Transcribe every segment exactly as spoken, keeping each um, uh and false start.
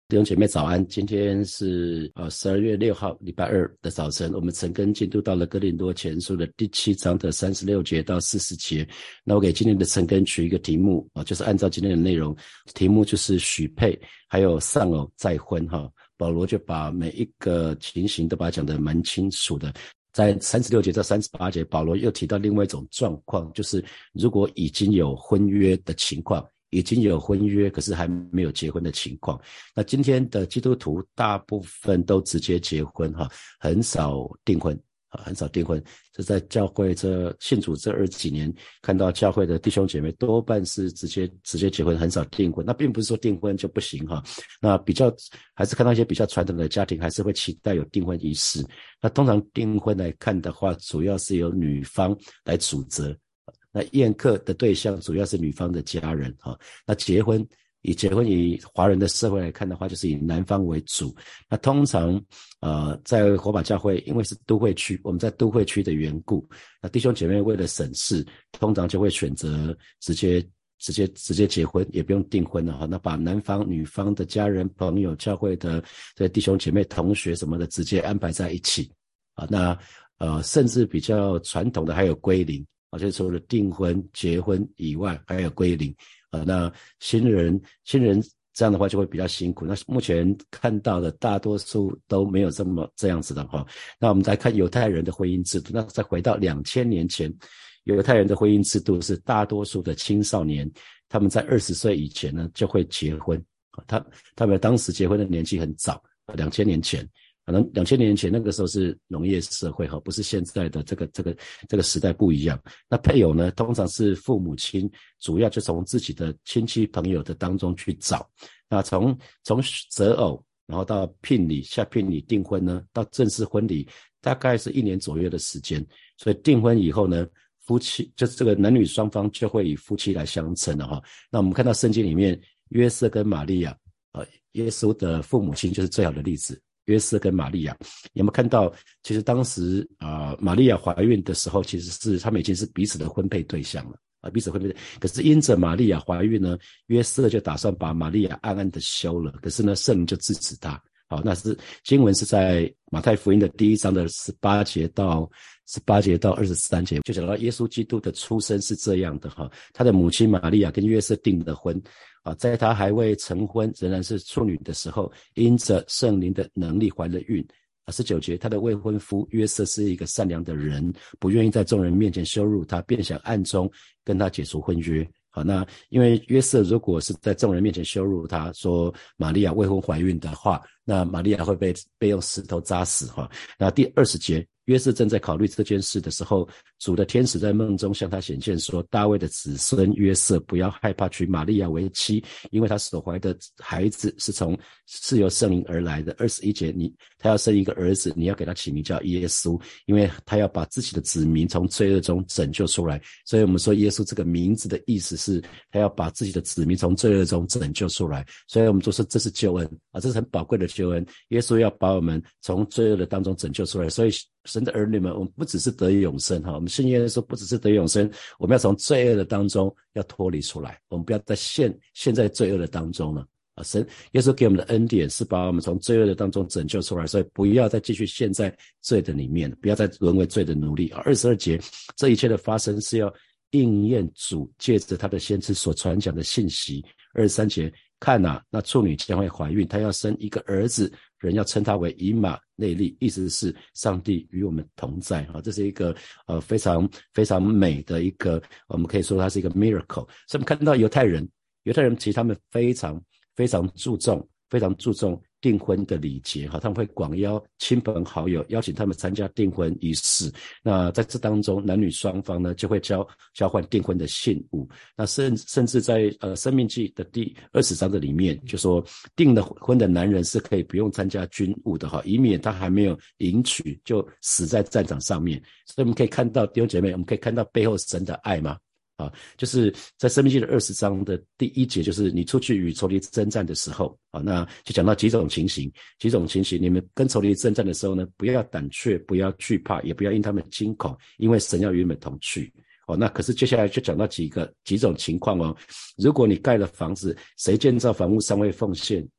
弟兄姐妹早安，今天是呃十二月六号礼拜二的早晨，我们陈根进度到了哥林多前书的第七章的三十六节到四十节。那我给今天的陈根取一个题目啊，就是按照今天的内容，题目就是许配还有丧偶再婚哈。保罗就把每一个情形都把它讲得蛮清楚的。在三十六节到三十八节，保罗又提到另外一种状况，就是如果已经有婚约的情况，已经有婚约可是还没有结婚的情况。那今天的基督徒大部分都直接结婚哈，很少订婚，很少订婚。这在教会这信主这二十几年，看到教会的弟兄姐妹多半是直接直接结婚，很少订婚。那并不是说订婚就不行哈，那比较还是看到一些比较传统的家庭还是会期待有订婚仪式。那通常订婚来看的话，主要是由女方来主责。那宴客的对象主要是女方的家人哈。那结婚以结婚以华人的社会来看的话，就是以男方为主。那通常呃在火把教会，因为是都会区，我们在都会区的缘故，那弟兄姐妹为了省事，通常就会选择直接直接直接结婚，也不用订婚了哈。那把男方女方的家人朋友教会的这弟兄姐妹同学什么的直接安排在一起啊。那呃甚至比较传统的还有归零啊，就是除了订婚结婚以外还有归零啊。那新人新人这样的话就会比较辛苦，那目前看到的大多数都没有这么这样子的哈。那我们再看犹太人的婚姻制度，那再回到两千年前，犹太人的婚姻制度是大多数的青少年他们在二十岁以前呢就会结婚，他他们当时结婚的年纪很早，两千年前可能两千年前那个时候是农业社会哈，不是现在的这个这个这个时代不一样。那配偶呢，通常是父母亲，主要就从自己的亲戚朋友的当中去找。那从从择偶，然后到聘礼、下聘礼、订婚呢，到正式婚礼，大概是一年左右的时间。所以订婚以后呢，夫妻就是这个男女双方就会以夫妻来相称了哈。那我们看到圣经里面，约瑟跟玛利亚，呃，耶稣的父母亲就是最好的例子。约瑟跟玛利亚，有没有看到其实当时啊、呃，玛利亚怀孕的时候，其实是他们已经是彼此的婚配对象了啊，彼此婚配。可是因着玛利亚怀孕呢，约瑟就打算把玛利亚暗暗的休了，可是呢，圣灵就支持他。好，那是经文是在马太福音的第一章的十八节到十八节到二十三节，就讲到耶稣基督的出生是这样的哈，他的母亲玛利亚跟约瑟订的婚啊，在他还未成婚，仍然是处女的时候，因着圣灵的能力怀了孕。啊，十九节，他的未婚夫约瑟是一个善良的人，不愿意在众人面前羞辱他，便想暗中跟他解除婚约。好，那因为约瑟如果是在众人面前羞辱他，说玛利亚未婚怀孕的话，那玛利亚会被被用石头扎死哈。那第二十节，约瑟正在考虑这件事的时候，主的天使在梦中向他显现说，大卫的子孙约瑟，不要害怕娶玛利亚为妻，因为他所怀的孩子是从是由圣灵而来的。二十一节，你他要生一个儿子，你要给他起名叫耶稣，因为他要把自己的子民从罪恶中拯救出来。所以我们说耶稣这个名字的意思是他要把自己的子民从罪恶中拯救出来，所以我们就说这是救恩啊，这是很宝贵的救恩。耶稣要把我们从罪恶的当中拯救出来，所以神的儿女们，我们不只是得永生哈，我们信耶稣不只是得永生，我们要从罪恶的当中要脱离出来，我们不要在陷陷在罪恶的当中了啊！神耶稣给我们的恩典是把我们从罪恶的当中拯救出来，所以不要再继续陷在罪的里面，不要再沦为罪的奴隶啊！二十二节，这一切的发生是要应验主借着他的先知所传讲的信息。二十三节，看啊，那处女将会怀孕，她要生一个儿子，人要称他为以马内利，意思是上帝与我们同在啊，这是一个呃非常非常美的一个，我们可以说它是一个 miracle。所以我们看到犹太人，犹太人其实他们非常非常注重非常注重订婚的礼节哈，他们会广邀亲朋好友，邀请他们参加订婚仪式。那在这当中，男女双方呢就会交交换订婚的信物。那甚甚至在呃《申命记》的第二十章的里面，就说订了婚的男人是可以不用参加军务的哈，以免他还没有迎娶就死在战场上面。所以我们可以看到弟兄姐妹，我们可以看到背后神的爱吗？啊，就是在申命记的二十章的第一节，就是你出去与仇敌征战的时候，啊，那就讲到几种情形，几种情形，你们跟仇敌征战的时候呢，不要胆怯，不要惧怕，也不要因他们惊恐，因为神要与你们同去。哦，那可是接下来就讲到几个几种情况哦。如果你盖了房子，谁建造房屋尚未奉献，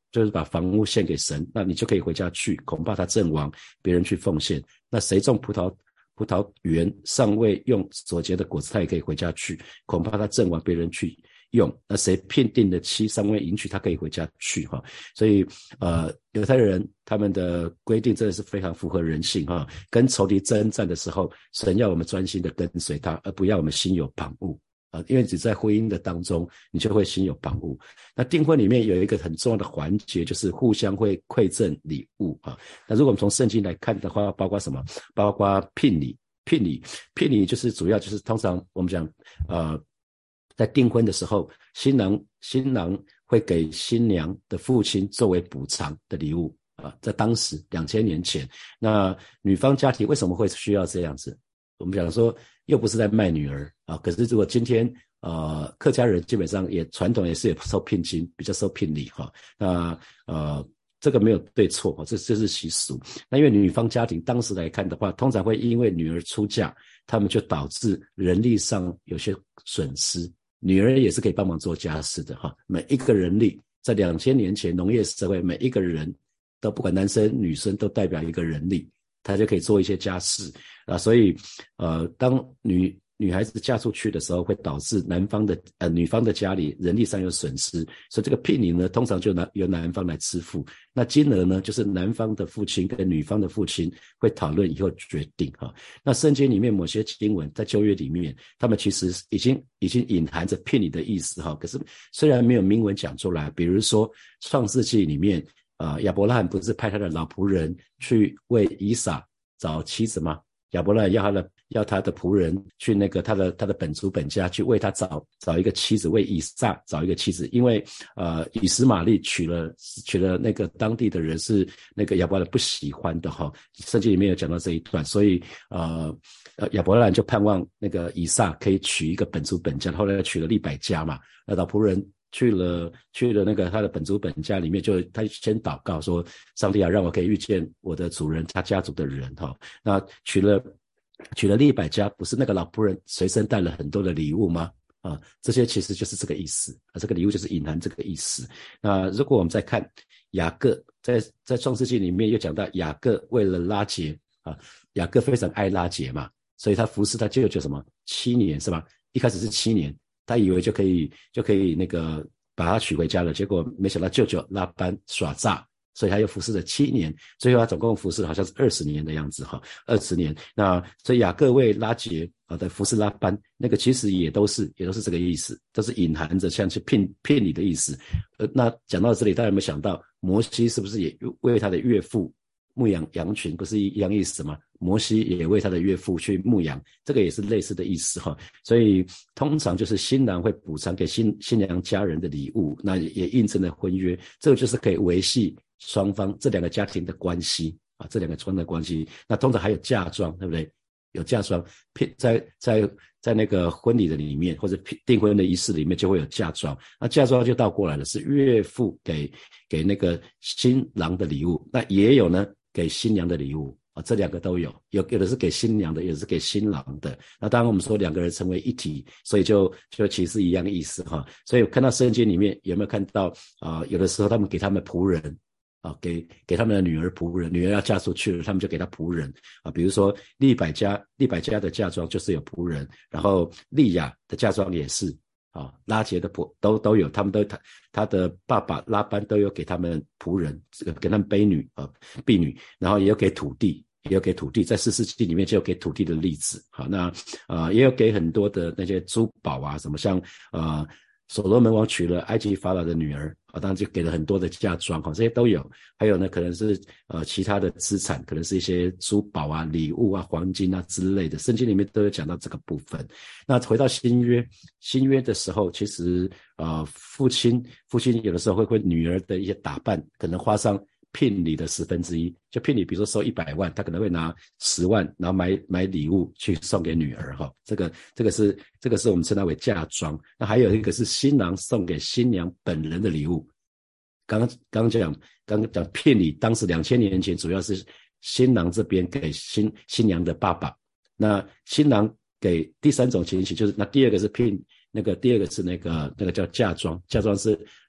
就是把房屋献给神，那你就可以回家去，恐怕他阵亡，别人去奉献。那谁种葡萄葡萄园尚未用所结的果子，他也可以回家去，恐怕他阵亡，别人去用。那谁聘定的妻尚未迎娶，他可以回家去哈。所以呃，犹太人他们的规定真的是非常符合人性哈。跟仇敌征战的时候，神要我们专心的跟随他，而不要我们心有旁骛啊，因为只在婚姻的当中，你就会心有旁骛。那订婚里面有一个很重要的环节，就是互相会馈赠礼物啊。那如果我们从圣经来看的话，包括什么？包括聘礼，聘礼，聘礼就是主要就是通常我们讲，呃，在订婚的时候，新郎新郎会给新娘的父亲作为补偿的礼物啊。在当时两千年前，那女方家庭为什么会需要这样子？我们讲说，又不是在卖女儿啊。可是如果今天呃客家人基本上也传统也是也收聘金，比较收聘礼哈。那呃这个没有对错哈，这这是习俗。那因为女方家庭当时来看的话，通常会因为女儿出嫁，他们就导致人力上有些损失。女儿也是可以帮忙做家事的哈。每一个人力在两千年前农业社会，每一个人都不管男生女生都代表一个人力。他就可以做一些家事啊，所以呃，当女女孩子嫁出去的时候，会导致男方的呃女方的家里人力上有损失，所以这个聘礼呢，通常就拿由男方来支付。那金额呢，就是男方的父亲跟女方的父亲会讨论以后决定哈。那圣经里面某些经文在旧约里面，他们其实已经已经隐含着聘礼的意思哈。可是虽然没有明文讲出来，比如说创世纪里面。啊、呃，亚伯拉罕不是派他的老仆人去为以撒找妻子吗？亚伯拉罕要他的要他的仆人去那个他的他的本族本家去为他找找一个妻子，为以撒找一个妻子，因为呃以实玛利娶了娶了那个当地的人是那个亚伯拉罕不喜欢的哈，圣经里面有讲到这一段，所以呃呃亚伯拉罕就盼望那个以撒可以娶一个本族本家，后来娶了利百加嘛，那老仆人。去了去了那个他的本族本家里面，就他先祷告说，上帝啊，让我可以遇见我的主人他家族的人哈。那娶了娶了利百加，不是那个老仆人随身带了很多的礼物吗？啊，这些其实就是这个意思啊，这个礼物就是隐含这个意思。那如果我们再看雅各，在在创世纪里面又讲到雅各为了拉结啊，雅各非常爱拉结嘛，所以他服侍他舅舅什么七年是吧？一开始是七年。他以为就可以就可以那个把他娶回家了，结果没想到舅舅拉班耍诈，所以他又服侍了七年，最后他总共服侍好像是二十年的样子哈，二十年。那所以雅各为拉结啊的服侍拉班，那个其实也都是也都是这个意思，都是隐含着像去骗骗你的意思。呃，那讲到这里，大家有没有想到摩西是不是也为他的岳父牧养羊群，不是一样意思吗？摩西也为他的岳父去牧养，这个也是类似的意思哈。所以通常就是新郎会补偿给新新娘家人的礼物，那也印证了婚约，这个就是可以维系双方这两个家庭的关系啊，这两个双方的关系。那通常还有嫁妆，对不对？有嫁妆，在在在那个婚礼的里面，或者订婚的仪式里面就会有嫁妆。那嫁妆就倒过来了，是岳父给给那个新郎的礼物，那也有呢给新娘的礼物。啊，这两个都有，有有的是给新娘的，有的是给新郎的。那当然我们说两个人成为一体，所以就就其实一样的意思哈。所以看到圣经里面有没有看到啊、呃？有的时候他们给他们仆人啊，给给他们的女儿仆人，女儿要嫁出去了，他们就给她仆人啊。比如说利百加，利百加的嫁妆就是有仆人，然后利亚的嫁妆也是。啊，拉结的仆都都有，他们都他他的爸爸拉班都有给他们仆人，这个给他们婢女啊婢女，然后也有给土地，也有给土地，在士师记里面就有给土地的例子。好，那呃也有给很多的那些珠宝啊，什么像呃所罗门王娶了埃及法老的女儿啊，当然就给了很多的嫁妆哈，这些都有。还有呢，可能是呃其他的资产，可能是一些珠宝啊、礼物啊、黄金啊之类的，圣经里面都有讲到这个部分。那回到新约，新约的时候，其实呃父亲父亲有的时候会为女儿的一些打扮，可能花上聘礼的十分之一，就聘礼，比如说收一百万，他可能会拿十万，然后买买礼物去送给女儿哈。这个这个是这个是我们称它为嫁妆。那还有一个是新郎送给新娘本人的礼物。刚刚刚刚讲刚刚讲聘礼，当时两千年前主要是新郎这边给新新娘的爸爸，那新郎给第三种情形就是，那第二个是聘那个第二个是那个那个叫嫁妆，嫁妆是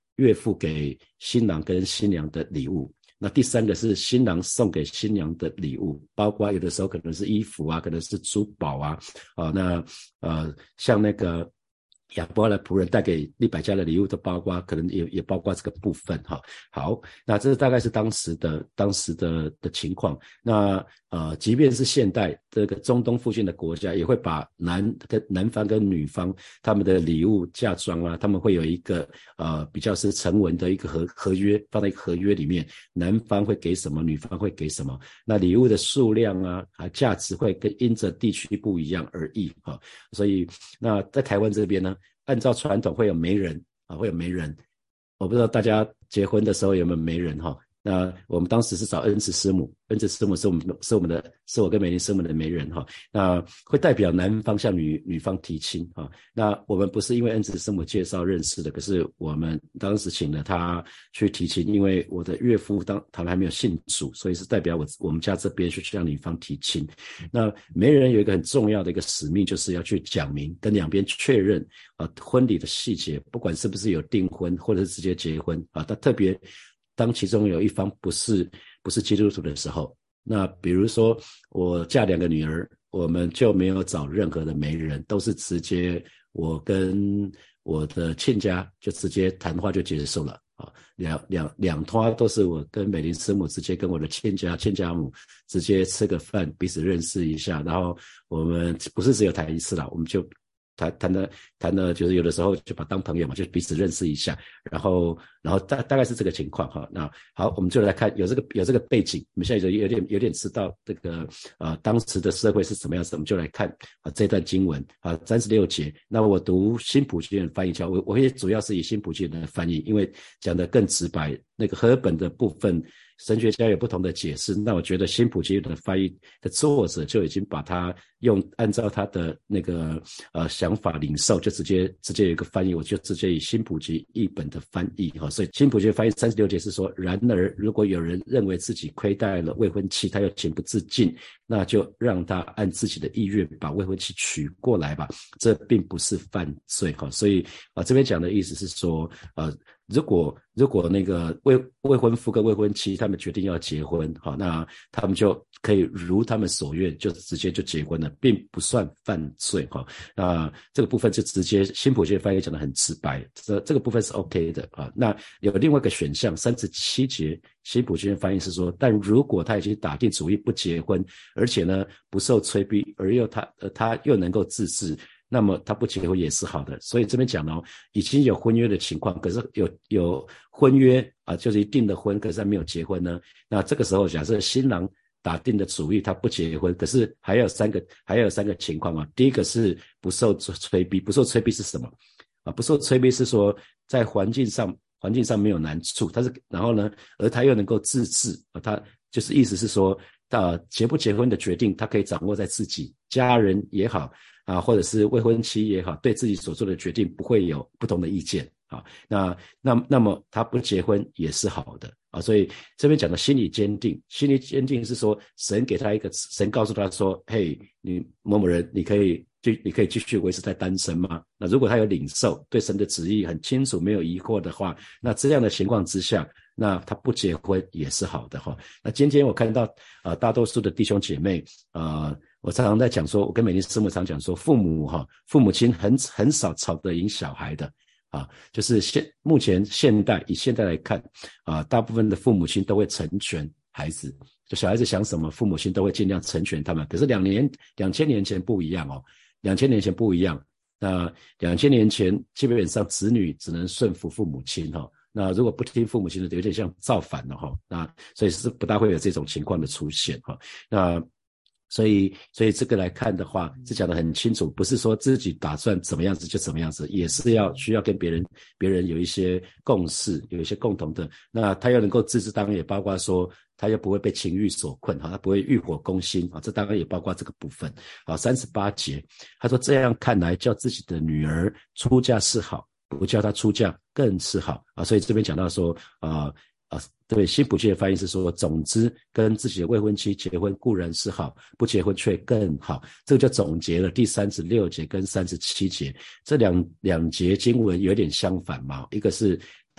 岳父给新郎跟新娘的礼物。那第三个是新郎送给新娘的礼物，包括有的时候可能是衣服啊，可能是珠宝啊，啊那呃像那个亚伯拉仆人带给利百加的礼物都包括，可能也也包括这个部分哈。好，那这大概是当时的当时的的情况。那呃，即便是现代这个中东附近的国家，也会把男跟男方跟女方他们的礼物嫁妆啊，他们会有一个呃比较是成文的一个合合约，放在一个合约里面，男方会给什么，女方会给什么。那礼物的数量啊，啊价值会跟因着地区不一样而异哈。所以那在台湾这边呢，按照传统会有媒人啊，会有媒人。我不知道大家结婚的时候有没有媒人哈？那我们当时是找恩慈师母，恩慈师母是我们是我们的是我跟美玲师母的媒人哈。那会代表男方向女女方提亲哈。那我们不是因为恩慈师母介绍认识的，可是我们当时请了他去提亲，因为我的岳父当他们还没有信主，所以是代表我我们家这边去向女方提亲。那媒人有一个很重要的一个使命，就是要去讲明跟两边确认啊婚礼的细节，不管是不是有订婚或者是直接结婚啊，他特别当其中有一方不是不是基督徒的时候，那比如说我嫁两个女儿，我们就没有找任何的媒人，都是直接我跟我的亲家就直接谈话就结束了啊，两两两拖都是我跟美玲师母直接跟我的亲家亲家母直接吃个饭，彼此认识一下，然后我们不是只有谈一次啦，我们就谈谈的谈的，就是有的时候就把当朋友嘛，就彼此认识一下，然后然后大大概是这个情况哈。那好，我们就来看有这个有这个背景，我们现在就有点有点知道这个呃当时的社会是什么样子，我们就来看啊这段经文啊三十六节。那我读新普京的翻译，我我也主要是以新普京的翻译，因为讲得更直白，那个和本的部分神学家有不同的解释，那我觉得新普京的翻译的作者就已经把它用按照他的那个呃想法领受，就直接直接有一个翻译，我就直接以新普京译本的翻译哈。所以新普京翻译三十六节是说，然而如果有人认为自己亏待了未婚妻，他又情不自禁，那就让他按自己的意愿把未婚妻娶过来吧，这并不是犯罪哈。所以啊、呃、这边讲的意思是说呃如果如果那个未未婚夫跟未婚妻他们决定要结婚，好，那他们就可以如他们所愿，就直接就结婚了，并不算犯罪哈。那这个部分就直接新普京翻译讲得很直白，这这个部分是 OK 的啊。那有另外一个选项，三十七节新普京翻译是说，但如果他已经打定主意不结婚，而且呢不受催逼，而又他呃他又能够自制，那么他不结婚也是好的。所以这边讲哦，已经有婚约的情况，可是有有婚约啊，就是一定的婚，可是还没有结婚呢。那这个时候假设新郎打定的主意他不结婚，可是还有三个还有三个情况啊。第一个是不受催逼，不受催逼是什么啊？不受催逼是说在环境上环境上没有难处，他是然后呢，而他又能够自制啊，他就是意思是说，呃，结不结婚的决定他可以掌握在自己，家人也好啊，或者是未婚妻也好，对自己所做的决定不会有不同的意见啊。那那那么他不结婚也是好的啊。所以这边讲的心理坚定，心理坚定是说神给他一个，神告诉他说，嘿，你某某人，你可以就你可以继续维持在单身吗？那如果他有领受，对神的旨意很清楚，没有疑惑的话，那这样的情况之下，那他不结婚也是好的哈。那今天我看到呃大多数的弟兄姐妹呃我常常在讲说，我跟美丽师母常讲说，父母哈父母亲很很少吵得赢小孩的啊，就是现目前现代以现代来看啊，大部分的父母亲都会成全孩子，就小孩子想什么，父母亲都会尽量成全他们。可是两年两千年前不一样哦，两千年前不一样。那两千年前基本上子女只能顺服父母亲哈、哦，那如果不听父母亲的，有点像造反了哈、哦。那所以是不大会有这种情况的出现哈、哦。那所以所以这个来看的话是讲得很清楚，不是说自己打算怎么样子就怎么样子，也是要需要跟别人别人有一些共识，有一些共同的。那他要能够自制，当然也包括说他又不会被情欲所困，他不会欲火攻心，这当然也包括这个部分。好，三十八节他说，这样看来叫自己的女儿出嫁是好，不叫她出嫁更是好啊。所以这边讲到说啊啊，对，新普京的翻译是说，总之跟自己的未婚妻结婚固然是好，不结婚却更好。这个就总结了第三十六节跟三十七节这两两节经文有点相反嘛，一个是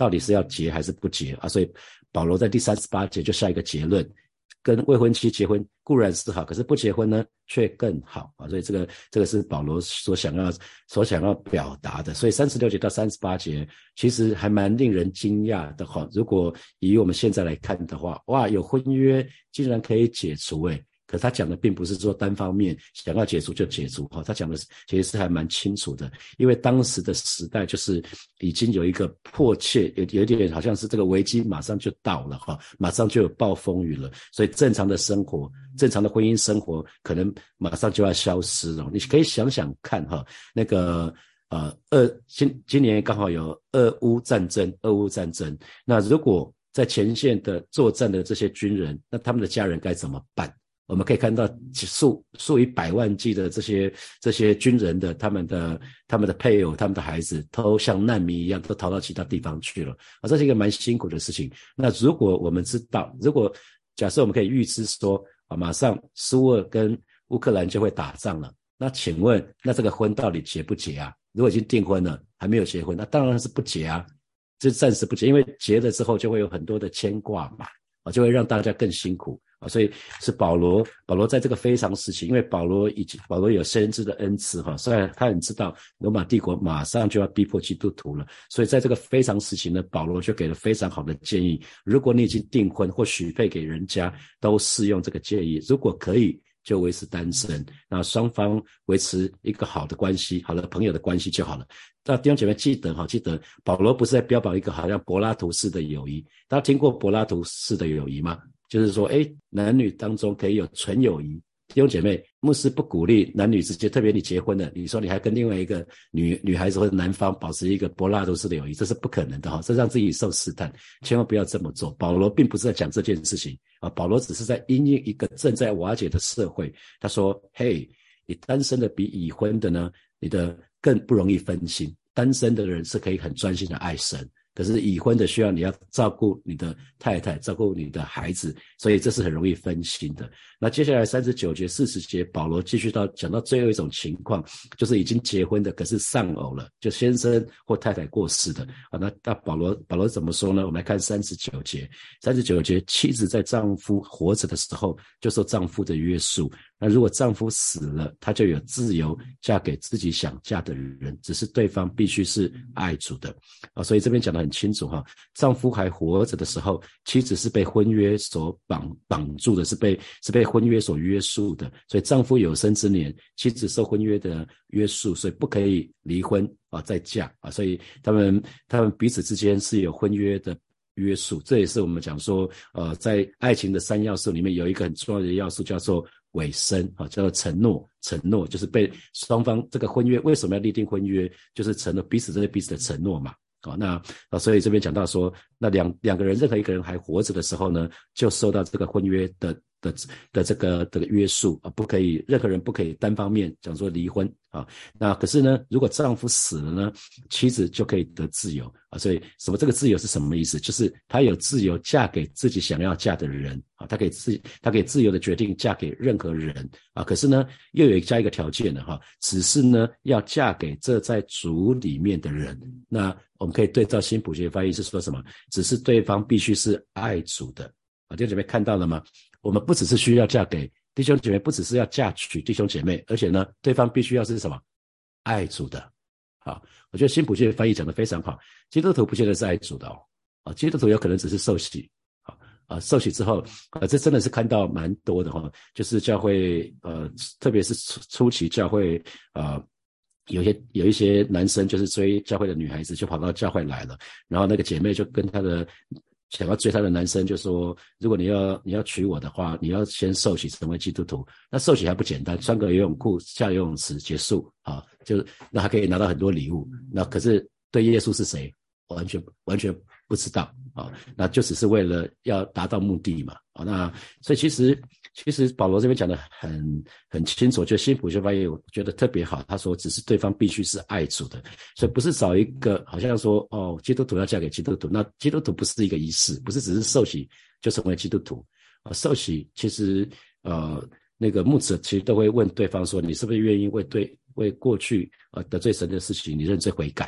到底是要结还是不结啊？所以保罗在第三十八节就下一个结论，跟未婚妻结婚固然是好，可是不结婚呢却更好啊！所以这个这个是保罗所想要所想要表达的。所以三十六节到三十八节其实还蛮令人惊讶的哈。如果以我们现在来看的话，哇，有婚约竟然可以解除诶。可他讲的并不是说单方面想要解除就解除哈，他讲的其实是还蛮清楚的，因为当时的时代就是已经有一个迫切，有有点好像是这个危机马上就到了哈，马上就有暴风雨了，所以正常的生活，正常的婚姻生活可能马上就要消失了。你可以想想看哈，那个呃二今今年刚好有俄乌战争，俄乌战争，那如果在前线的作战的这些军人，那他们的家人该怎么办？我们可以看到数数以百万计的这些这些军人的他们的他们的配偶他们的孩子都像难民一样都逃到其他地方去了啊，这是一个蛮辛苦的事情。那如果我们知道，如果假设我们可以预知说啊，马上苏俄跟乌克兰就会打仗了，那请问那这个婚到底结不结啊？如果已经订婚了还没有结婚，那当然是不结啊，就暂时不结，因为结了之后就会有很多的牵挂嘛啊，就会让大家更辛苦啊，所以是保罗，保罗在这个非常时期，因为保罗以及保罗有先知的恩赐哈，所以他很知道罗马帝国马上就要逼迫基督徒了，所以在这个非常时期呢，保罗就给了非常好的建议。如果你已经订婚或许配给人家，都适用这个建议。如果可以，就维持单身，那双方维持一个好的关系，好的朋友的关系就好了。那弟兄姐妹记得哈，记得保罗不是在标榜一个好像柏拉图式的友谊。大家听过柏拉图式的友谊吗？就是说，诶，男女当中可以有纯友谊。弟兄姐妹，牧师不鼓励男女之间，特别你结婚了，你说你还跟另外一个女女孩子或者男方保持一个柏拉图式的友谊，这是不可能的哈，这让自己受试探，千万不要这么做。保罗并不是在讲这件事情啊，保罗只是在因应一个正在瓦解的社会，他说，嘿，你单身的比已婚的呢，你的更不容易分心，单身的人是可以很专心的爱神。可是已婚的需要你要照顾你的太太，照顾你的孩子，所以这是很容易分心的。那接下来三十九节四十节保罗继续到讲到最后一种情况，就是已经结婚的可是丧偶了，就先生或太太过世的啊。那那保罗保罗怎么说呢？我们来看三十九节三十九节妻子在丈夫活着的时候就受丈夫的约束，那如果丈夫死了，她就有自由嫁给自己想嫁的人，只是对方必须是爱主的啊。所以这边讲的很清楚哈，丈夫还活着的时候，妻子是被婚约所绑绑住的，是被是被婚约所约束的。所以丈夫有生之年，妻子受婚约的约束，所以不可以离婚啊再嫁啊。所以他们他们彼此之间是有婚约的约束，这也是我们讲说，呃，在爱情的三要素里面有一个很重要的要素叫做委身啊，叫做承诺。承诺就是被双方这个婚约为什么要立定婚约，就是承诺彼此对彼此的承诺嘛。好，那啊，所以这边讲到说，那两两个人任何一个人还活着的时候呢，就受到这个婚约的的的这个这个约束啊，不可以任何人不可以单方面讲说离婚啊。那可是呢，如果丈夫死了呢，妻子就可以得自由啊。所以什么这个自由是什么意思？就是她有自由嫁给自己想要嫁的人啊，她可以自她可以自由的决定嫁给任何人啊。可是呢，又有加一个条件的哈，只是呢要嫁给这在主里面的人。那我们可以对照新普学翻译是说什么？只是对方必须是爱主的啊。弟兄姐妹看到了吗？我们不只是需要嫁给弟兄姐妹，不只是要嫁娶弟兄姐妹，而且呢，对方必须要是什么？爱主的。好，我觉得新普学翻译讲得非常好。基督徒不见得是爱主的哦，啊，基督徒有可能只是受洗。啊，受洗之后，呃，这真的是看到蛮多的哈，就是教会，呃，特别是初初期教会，呃。有些有一些男生就是追教会的女孩子，就跑到教会来了，然后那个姐妹就跟他的想要追他的男生就说，如果你要你要娶我的话，你要先受洗成为基督徒。那受洗还不简单，穿个游泳裤下游泳池结束啊，就那还可以拿到很多礼物。那可是对耶稣是谁，完全完全不知道啊，那就只是为了要达到目的嘛啊。那所以其实其实保罗这边讲的很很清楚，就新普学翻译我觉得特别好，他说只是对方必须是爱主的，所以不是找一个好像说哦基督徒要嫁给基督徒，那基督徒不是一个仪式，不是只是受洗就成为基督徒啊。受洗其实呃那个牧者其实都会问对方说，你是不是愿意为对为过去呃得罪神的事情你认罪悔改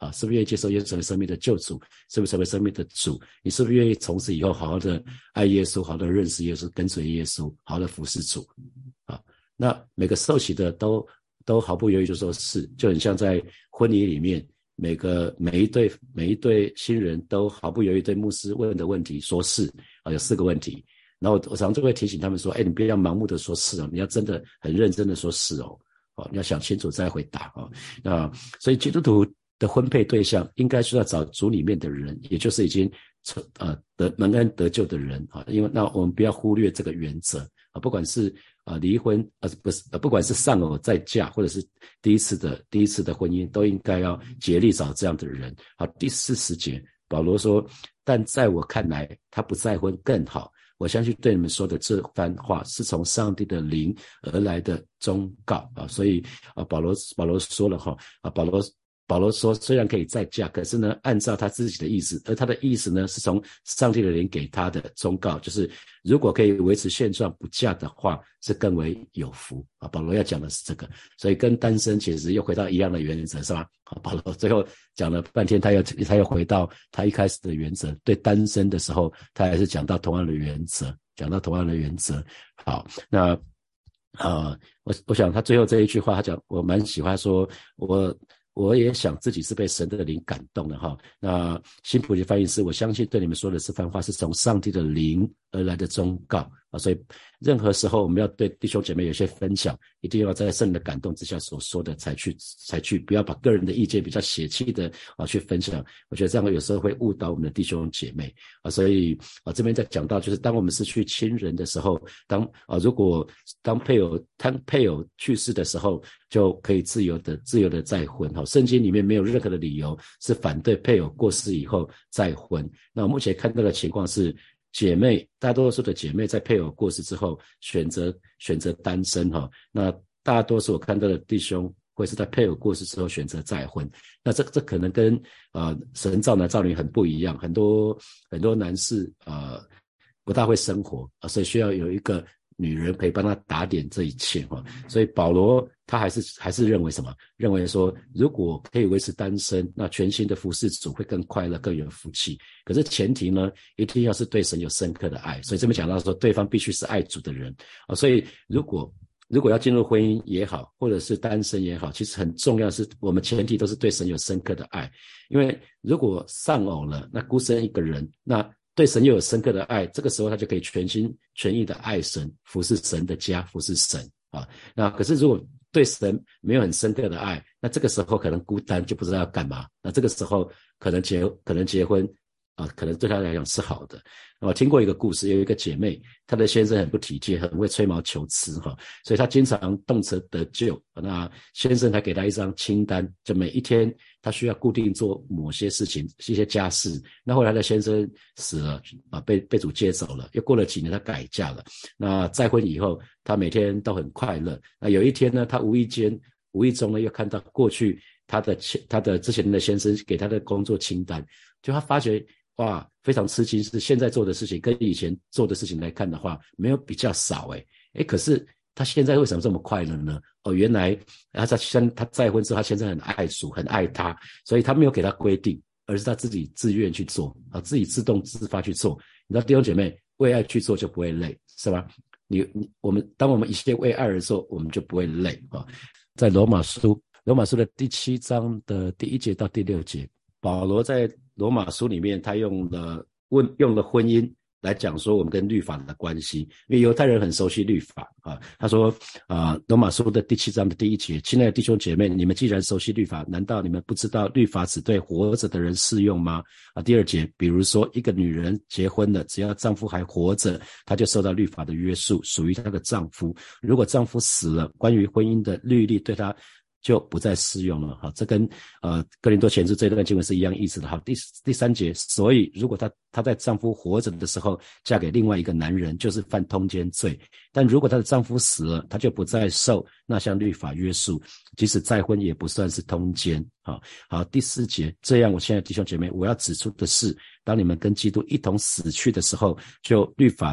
啊，是不是愿意接受耶稣成为生命的救主，是不是成为生命的主，你是不是愿意从此以后好好的爱耶稣，好好的认识耶稣，跟随耶稣，好好的服侍主啊。那每个受洗的都都毫不犹豫就说是，就很像在婚礼里面，每个每一对每一对新人都毫不犹豫对牧师问的问题说是啊，有四个问题。然后我我常常就会提醒他们说，哎，你不要盲目的说是哦，你要真的很认真的说是哦，哦，你要想清楚再回答哦。那所以基督徒的婚配对象应该是要找主里面的人，也就是已经呃得蒙恩得救的人啊，因为那我们不要忽略这个原则啊，不管是啊离婚啊不是呃不管是丧偶再嫁，或者是第一次的第一次的婚姻，都应该要竭力找这样的人。好，第四十节保罗说，但在我看来，他不再婚更好。我相信对你们说的这番话是从上帝的灵而来的忠告啊，所以啊，保罗保罗说了哈啊，保罗保罗说，虽然可以再嫁，可是呢，按照他自己的意思，而他的意思呢，是从上帝的灵给他的忠告，就是如果可以维持现状不嫁的话，是更为有福啊。保罗要讲的是这个，所以跟单身其实又回到一样的原则，是吧？啊，保罗最后讲了半天，他又他又回到他一开始的原则，对单身的时候，他还是讲到同样的原则，讲到同样的原则。好，那。啊、呃，我我想他最后这一句话，他讲我蛮喜欢说，我我也想自己是被神的灵感动的哈。那新普利翻译是，我相信对你们说的这番话是从上帝的灵而来的忠告啊。所以任何时候我们要对弟兄姐妹有些分享，一定要在圣灵的感动之下所说的才去才去，不要把个人的意见比较血气的啊去分享。我觉得这样有时候会误导我们的弟兄姐妹啊。所以啊这边在讲到，就是当我们失去亲人的时候，当啊如果当配偶当配偶去世的时候，就可以自由的自由的再婚哈。圣经里面没有任何的理由是反对配偶过世以后再婚。那我目前看到的情况是，姐妹大多数的姐妹在配偶过世之后选择选择单身哈。那大多数我看到的弟兄会是在配偶过世之后选择再婚。那这这可能跟呃神造男造女很不一样，很多很多男士呃不大会生活啊，所以需要有一个女人可以帮他打点这一切哈。所以保罗他还是还是认为什么？认为说如果可以维持单身，那全新的服侍主会更快乐更有福气。可是前提呢，一定要是对神有深刻的爱。所以这边讲到说对方必须是爱主的人啊。所以如果如果要进入婚姻也好，或者是单身也好，其实很重要是我们前提都是对神有深刻的爱。因为如果丧偶了，那孤身一个人，那对神又有深刻的爱，这个时候他就可以全心全意的爱神，服侍神的家，服侍神啊。那可是如果对神没有很深刻的爱，那这个时候可能孤单，就不知道要干嘛。那这个时候可能结可能结婚啊，可能对他来讲是好的。我听过一个故事，有一个姐妹，她的先生很不体贴，很会吹毛求疵哈，所以她经常动辄得咎。那先生还给她一张清单，就每一天她需要固定做某些事情，一些家事。那后来她的先生死了啊，被被主接走了。又过了几年，她改嫁了。那再婚以后，她每天都很快乐。那有一天呢，她无意间无意中呢，又看到过去她的她的之前的先生给她的工作清单，就她发觉。哇，非常吃惊，是现在做的事情跟以前做的事情来看的话，没有比较少诶。诶，可是他现在为什么这么快乐呢？哦，原来他在他再婚之后，他先生很爱主，很爱他，所以他没有给他规定，而是他自己自愿去做啊，自己自动自发去做。你知道弟兄姐妹为爱去做就不会累，是吧？你你我们当我们一切为爱而做，我们就不会累啊。在罗马书罗马书的第七章的第一节到第六节，保罗在罗马书里面，他用了问用了婚姻来讲说我们跟律法的关系，因为犹太人很熟悉律法啊。他说啊，罗马书的第七章的第一节，亲爱的弟兄姐妹，你们既然熟悉律法，难道你们不知道律法只对活着的人适用吗？啊，第二节，比如说一个女人结婚了，只要丈夫还活着，她就受到律法的约束，属于她的丈夫。如果丈夫死了，关于婚姻的律例对她就不再适用了哈，这跟呃哥林多前书这段经文是一样意思的哈。第第三节，所以如果她她在丈夫活着的时候嫁给另外一个男人，就是犯通奸罪；但如果她的丈夫死了，她就不再受那项律法约束，即使再婚也不算是通奸。好，好，第四节，这样我现在弟兄姐妹，我要指出的是，当你们跟基督一同死去的时候，就律法的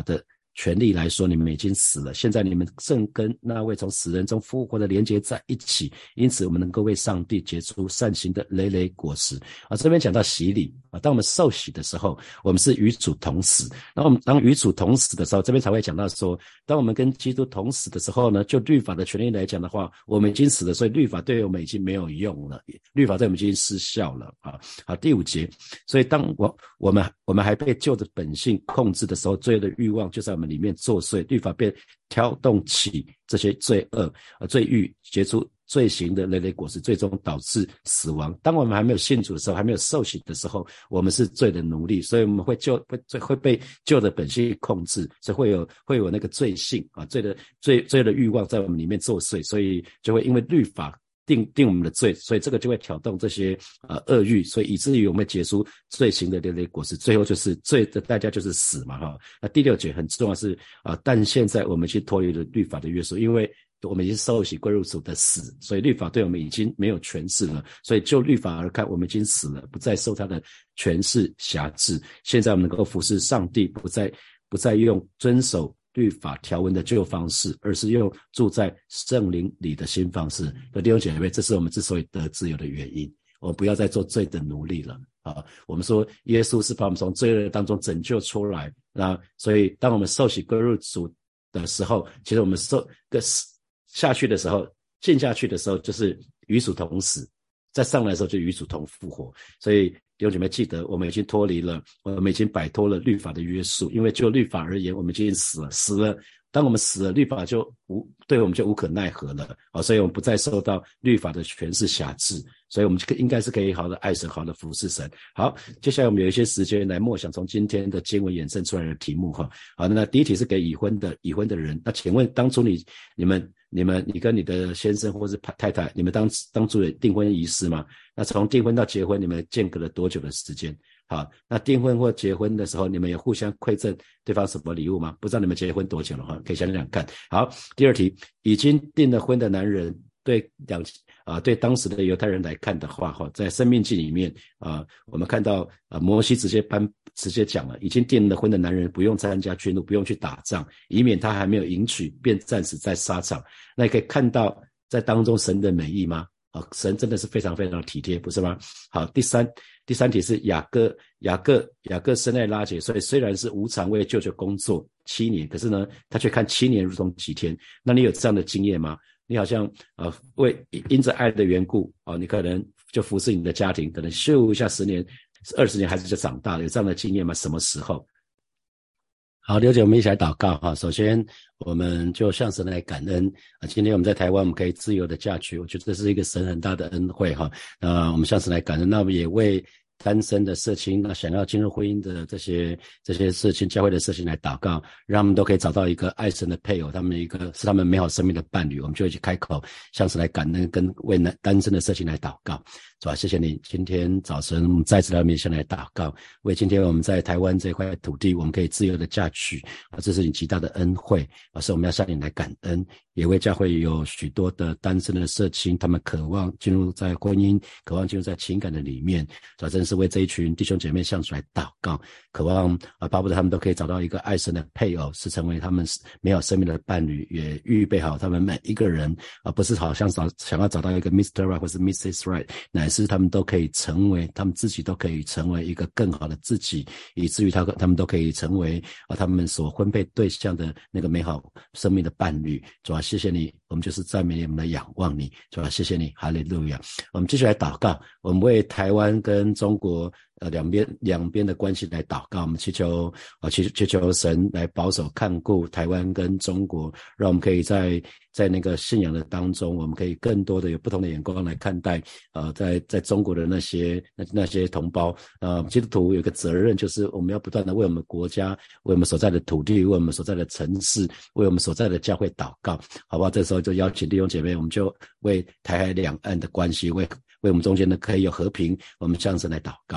权利来说，你们已经死了，现在你们正跟那位从死人中复活的连结在一起，因此我们能够为上帝结出善行的累累果实。啊，这边讲到洗礼啊，当我们受洗的时候，我们是与主同死。然后我们当与主同死的时候，这边才会讲到说，当我们跟基督同死的时候呢，就律法的权利来讲的话，我们已经死了，所以律法对我们已经没有用了，律法对我们已经失效了啊。好，第五节，所以当我我们我们还被旧的本性控制的时候，罪恶的欲望就在我们里面作祟，律法便挑动起这些罪恶、呃、罪欲，结出罪行的累累果实，最终导致死亡。当我们还没有信主的时候，还没有受洗的时候，我们是罪的奴隶，所以我们会就会会被旧的本性控制，所以会有会有那个罪性啊，罪的罪罪的欲望在我们里面作祟，所以就会因为律法定定我们的罪，所以这个就会挑动这些呃恶欲，所以以至于我们结出罪行的累累果实，最后就是罪的代价就是死嘛哈。那第六节很重要是啊、呃，但现在我们去脱离了律法的约束，因为我们已经受洗归入主的死，所以律法对我们已经没有权势了，所以就律法而看，我们已经死了，不再受它的权势辖制。现在我们能够服侍上帝，不再不再用遵守律法条文的旧方式，而是用住在圣灵里的新方式。弟兄姐妹，这是我们之所以得自由的原因。我们不要再做罪的奴隶了啊！我们说耶稣是把我们从罪恶当中拯救出来，那所以当我们受洗归入主的时候，其实我们受个下去的时候，进下去的时候就是与主同死，再上来的时候就与主同复活。所以弟兄姐妹记得，我们已经脱离了，我们已经摆脱了律法的约束，因为就律法而言，我们已经死了，死了。当我们死了，律法就无对我们就无可奈何了啊！所以我们不再受到律法的权势辖制，所以我们应该是可以好的爱神，好的服侍神。好，接下来我们有一些时间来默想从今天的经文衍生出来的题目哈。好，那第一题是给已婚的已婚的人，那请问当初你你们你们你跟你的先生或是太太，你们当当初有订婚仪式吗？那从订婚到结婚，你们间隔了多久的时间？好，那订婚或结婚的时候，你们有互相馈赠对方什么礼物吗？不知道你们结婚多久了哈，可以想想看。好，第二题，已经订了婚的男人对两啊对当时的犹太人来看的话哈，在申命记里面啊，我们看到啊摩西直接颁直接讲了，已经订了婚的男人不用参加军务，不用去打仗，以免他还没有迎娶便战死在沙场。那你可以看到在当中神的美意吗？啊，神真的是非常非常体贴，不是吗？好，第三第三题是雅各雅各雅各生爱拉结，所以虽然是无偿为舅舅工作七年，可是呢，他却看七年如同几天。那你有这样的经验吗？你好像呃为因着爱的缘故啊、哦，你可能就服侍你的家庭，可能咻一下十年、二十年，孩子就长大了，有这样的经验吗？什么时候？好，刘姐，我们一起来祷告哈。首先，我们就向神来感恩啊！今天我们在台湾，我们可以自由的嫁娶，我觉得这是一个神很大的恩惠哈。那我们向神来感恩，那我们也为单身的社青，那想要进入婚姻的这些这些社青教会的社青来祷告，让他们都可以找到一个爱神的配偶，他们一个是他们美好生命的伴侣。我们就一起开口向神来感恩，跟为单身的社青来祷告。是吧？谢谢你，今天早晨我们再次来面前来祷告，为今天我们在台湾这块土地，我们可以自由的嫁娶啊，这是你极大的恩惠啊，所以我们要向你来感恩。也为教会有许多的单身的社青，他们渴望进入在婚姻，渴望进入在情感的里面，主要真是为这一群弟兄姐妹向主来祷告，渴望啊，巴不得他们都可以找到一个爱神的配偶，是成为他们美好生命的伴侣，也预备好他们每一个人啊，不是好像找想要找到一个 Mister Right 或是 Missus Right， 乃是他们都可以成为，他们自己都可以成为一个更好的自己，以至于他他们都可以成为啊他们所婚配对象的那个美好生命的伴侣。主啊，谢谢你，我们就是赞美你，我们来仰望你。主啊，谢谢你，哈利路亚。我们继续来祷告，我们为台湾跟中国呃两边两边的关系来祷告，我们祈求啊祈祈求神来保守看顾台湾跟中国，让我们可以在在那个信仰的当中，我们可以更多的有不同的眼光来看待呃在在中国的那些那那些同胞。呃基督徒有一个责任，就是我们要不断的为我们国家，为我们所在的土地，为我们所在的城市，为我们所在的教会祷告，好不好？这时候就邀请弟兄姐妹，我们就为台海两岸的关系，为为我们中间的可以有和平，我们向神来祷告。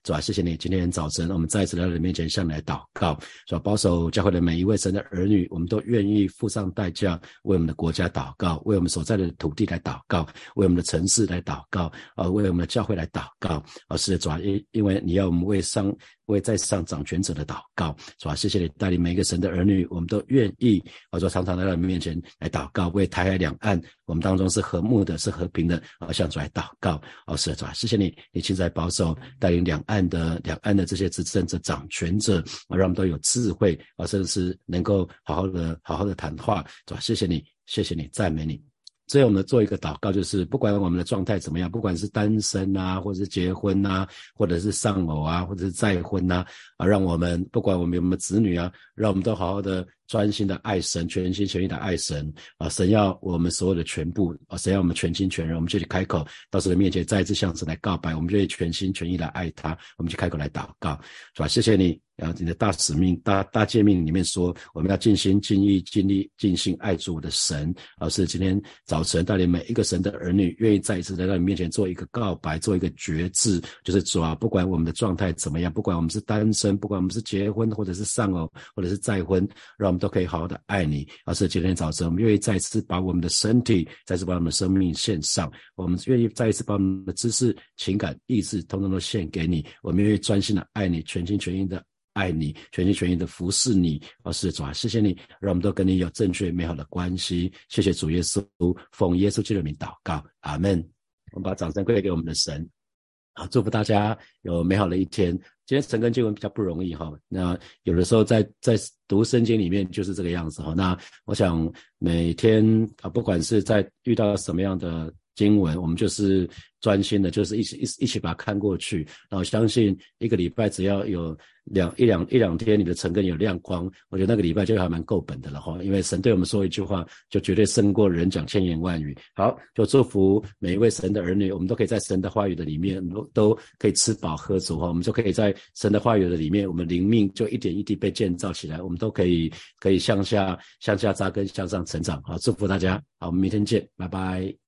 主啊，谢谢你今天早晨我们再一次来到你面前向你来祷告，主啊，保守教会的每一位神的儿女，我们都愿意付上代价为我们的国家祷告，为我们所在的土地来祷告，为我们的城市来祷告，啊，为我们的教会来祷告，啊，是的，主啊，因因为你要我们为上为在上掌权者的祷告，主啊，谢谢你带领每一个神的儿女，我们都愿意，啊，说常常来到你面前来祷告，为台海两岸我们当中是和睦的，是和平的，啊，向主来祷告，啊，是的，主啊，谢谢你，你亲自来保守带领两岸的两岸的这些执政者、掌权者，啊，让我们都有智慧，啊，甚至是能够好好的好好的谈话，主啊，谢谢你，谢谢你，赞美你。所以我们做一个祷告，就是不管我们的状态怎么样，不管是单身啊，或者是结婚啊，或者是丧偶啊，或者是再婚啊，啊，让我们不管我们有没有子女啊，让我们都好好的专心的爱神，全心全意的爱神啊！神要我们所有的全部啊，神要我们全心全人，我们就去开口到神的面前，再一次向神来告白，我们就会全心全意来爱他，我们就开口来祷告，是吧？谢谢你。然后你的大使命大大诫命里面说，我们要尽心尽意尽力尽心爱主我的神，而是今天早晨带领每一个神的儿女愿意再一次来到你面前做一个告白，做一个决志，就是主啊，不管我们的状态怎么样，不管我们是单身，不管我们是结婚或者是丧偶或者是再婚，让我们都可以好好的爱你。而是今天早晨我们愿意再一次把我们的身体再次把我们的生命献上，我们愿意再一次把我们的知识情感意志统统都献给你，我们愿意专心的爱你，全心全意的爱你，全心全意的服侍你。哦，是主啊，谢谢你，让我们都跟你有正确美好的关系。谢谢主耶稣，奉耶稣基督的名祷告，阿们。我们把掌声归给我们的神。好，祝福大家有美好的一天。今天晨更经文比较不容易哈，那有的时候在在读圣经里面就是这个样子哈。那我想每天啊，不管是在遇到什么样的经文，我们就是专心的，就是一起一一起把它看过去。然后相信一个礼拜只要有两一两一两天，你的晨更有亮光，我觉得那个礼拜就还蛮够本的了哈。因为神对我们说一句话，就绝对胜过人讲千言万语。好，就祝福每一位神的儿女，我们都可以在神的话语的里面，都都可以吃饱喝足哈。我们就可以在神的话语的里面，我们灵命就一点一滴被建造起来，我们都可以可以向下向下扎根，向上成长。好，祝福大家，好，我们明天见，拜拜。